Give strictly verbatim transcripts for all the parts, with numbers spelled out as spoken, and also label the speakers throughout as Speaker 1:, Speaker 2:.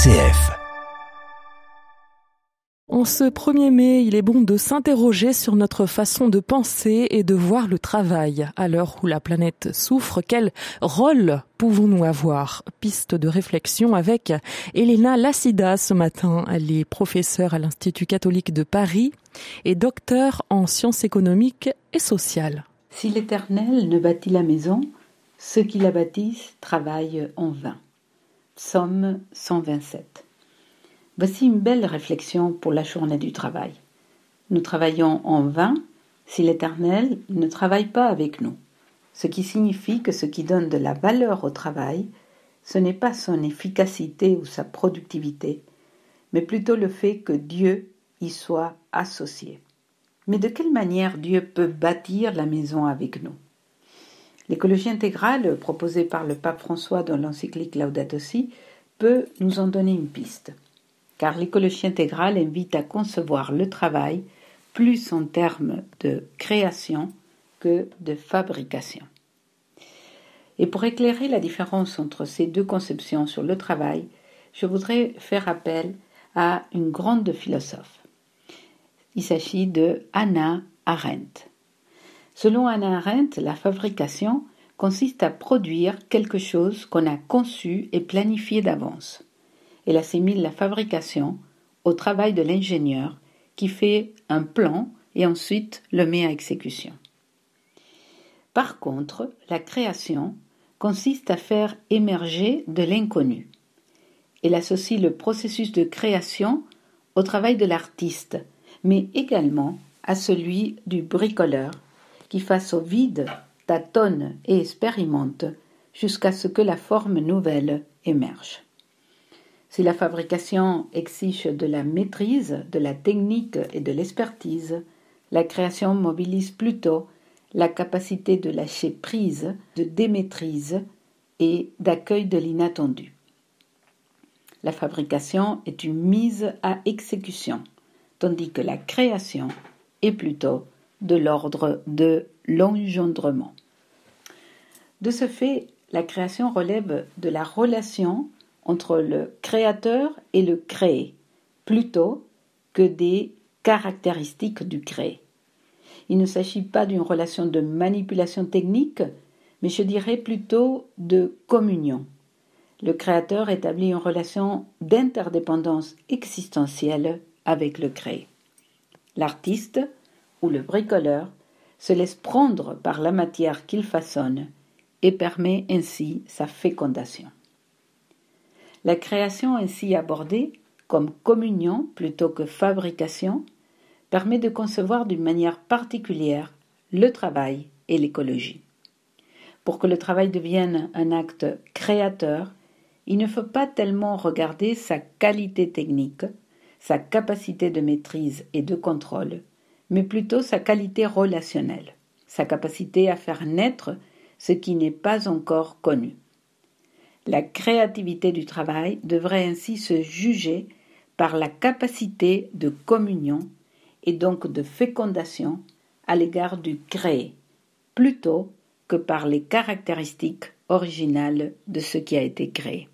Speaker 1: C F.
Speaker 2: En ce premier mai, il est bon de s'interroger sur notre façon de penser et de voir le travail. À l'heure où la planète souffre, quel rôle pouvons-nous avoir? Piste de réflexion avec Elena Lassida ce matin. Elle est professeure à l'Institut catholique de Paris et docteure en sciences économiques et sociales.
Speaker 3: Si l'Éternel ne bâtit la maison, ceux qui la bâtissent travaillent en vain. Psaume cent vingt-sept. Voici une belle réflexion pour la journée du travail. Nous travaillons en vain si l'Éternel ne travaille pas avec nous, ce qui signifie que ce qui donne de la valeur au travail, ce n'est pas son efficacité ou sa productivité, mais plutôt le fait que Dieu y soit associé. Mais de quelle manière Dieu peut bâtir la maison avec nous? L'écologie intégrale proposée par le pape François dans l'encyclique Laudato Si peut nous en donner une piste. Car l'écologie intégrale invite à concevoir le travail plus en termes de création que de fabrication. Et pour éclairer la différence entre ces deux conceptions sur le travail, je voudrais faire appel à une grande philosophe. Il s'agit de Hannah Arendt. Selon Hannah Arendt, la fabrication consiste à produire quelque chose qu'on a conçu et planifié d'avance. Elle assimile la fabrication au travail de l'ingénieur qui fait un plan et ensuite le met à exécution. Par contre, la création consiste à faire émerger de l'inconnu. Elle associe le processus de création au travail de l'artiste, mais également à celui du bricoleur qui, face au vide, tâtonne et expérimente jusqu'à ce que la forme nouvelle émerge. Si la fabrication exige de la maîtrise, de la technique et de l'expertise, la création mobilise plutôt la capacité de lâcher prise, de démaîtrise et d'accueil de l'inattendu. La fabrication est une mise à exécution, tandis que la création est plutôt de l'ordre de l'engendrement. De ce fait, la création relève de la relation entre le créateur et le créé, plutôt que des caractéristiques du créé. Il ne s'agit pas d'une relation de manipulation technique, mais je dirais plutôt de communion. Le créateur établit une relation d'interdépendance existentielle avec le créé. L'artiste, ou le bricoleur, se laisse prendre par la matière qu'il façonne et permet ainsi sa fécondation. La création ainsi abordée comme communion plutôt que fabrication permet de concevoir d'une manière particulière le travail et l'écologie. Pour que le travail devienne un acte créateur, il ne faut pas tellement regarder sa qualité technique, sa capacité de maîtrise et de contrôle, mais plutôt sa qualité relationnelle, sa capacité à faire naître ce qui n'est pas encore connu. La créativité du travail devrait ainsi se juger par la capacité de communion et donc de fécondation à l'égard du créé, plutôt que par les caractéristiques originales de ce qui a été créé.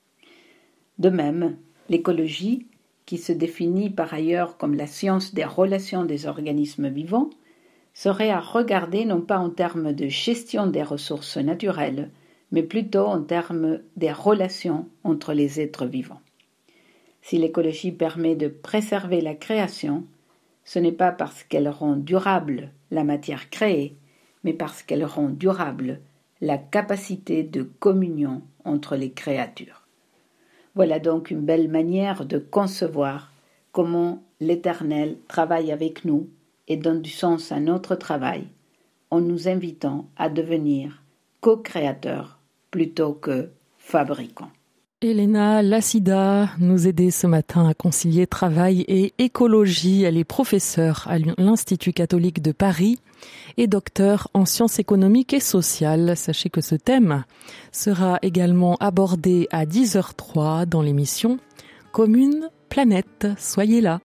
Speaker 3: De même, l'écologie, qui se définit par ailleurs comme la science des relations des organismes vivants, serait à regarder non pas en termes de gestion des ressources naturelles, mais plutôt en termes des relations entre les êtres vivants. Si l'écologie permet de préserver la création, ce n'est pas parce qu'elle rend durable la matière créée, mais parce qu'elle rend durable la capacité de communion entre les créatures. Voilà donc une belle manière de concevoir comment l'Éternel travaille avec nous et donne du sens à notre travail, en nous invitant à devenir co-créateurs plutôt que fabricants.
Speaker 2: Elena Lassida nous aidait ce matin à concilier travail et écologie. Elle est professeure à l'Institut catholique de Paris et docteure en sciences économiques et sociales. Sachez que ce thème sera également abordé à dix heures zéro trois dans l'émission Commune Planète. Soyez là.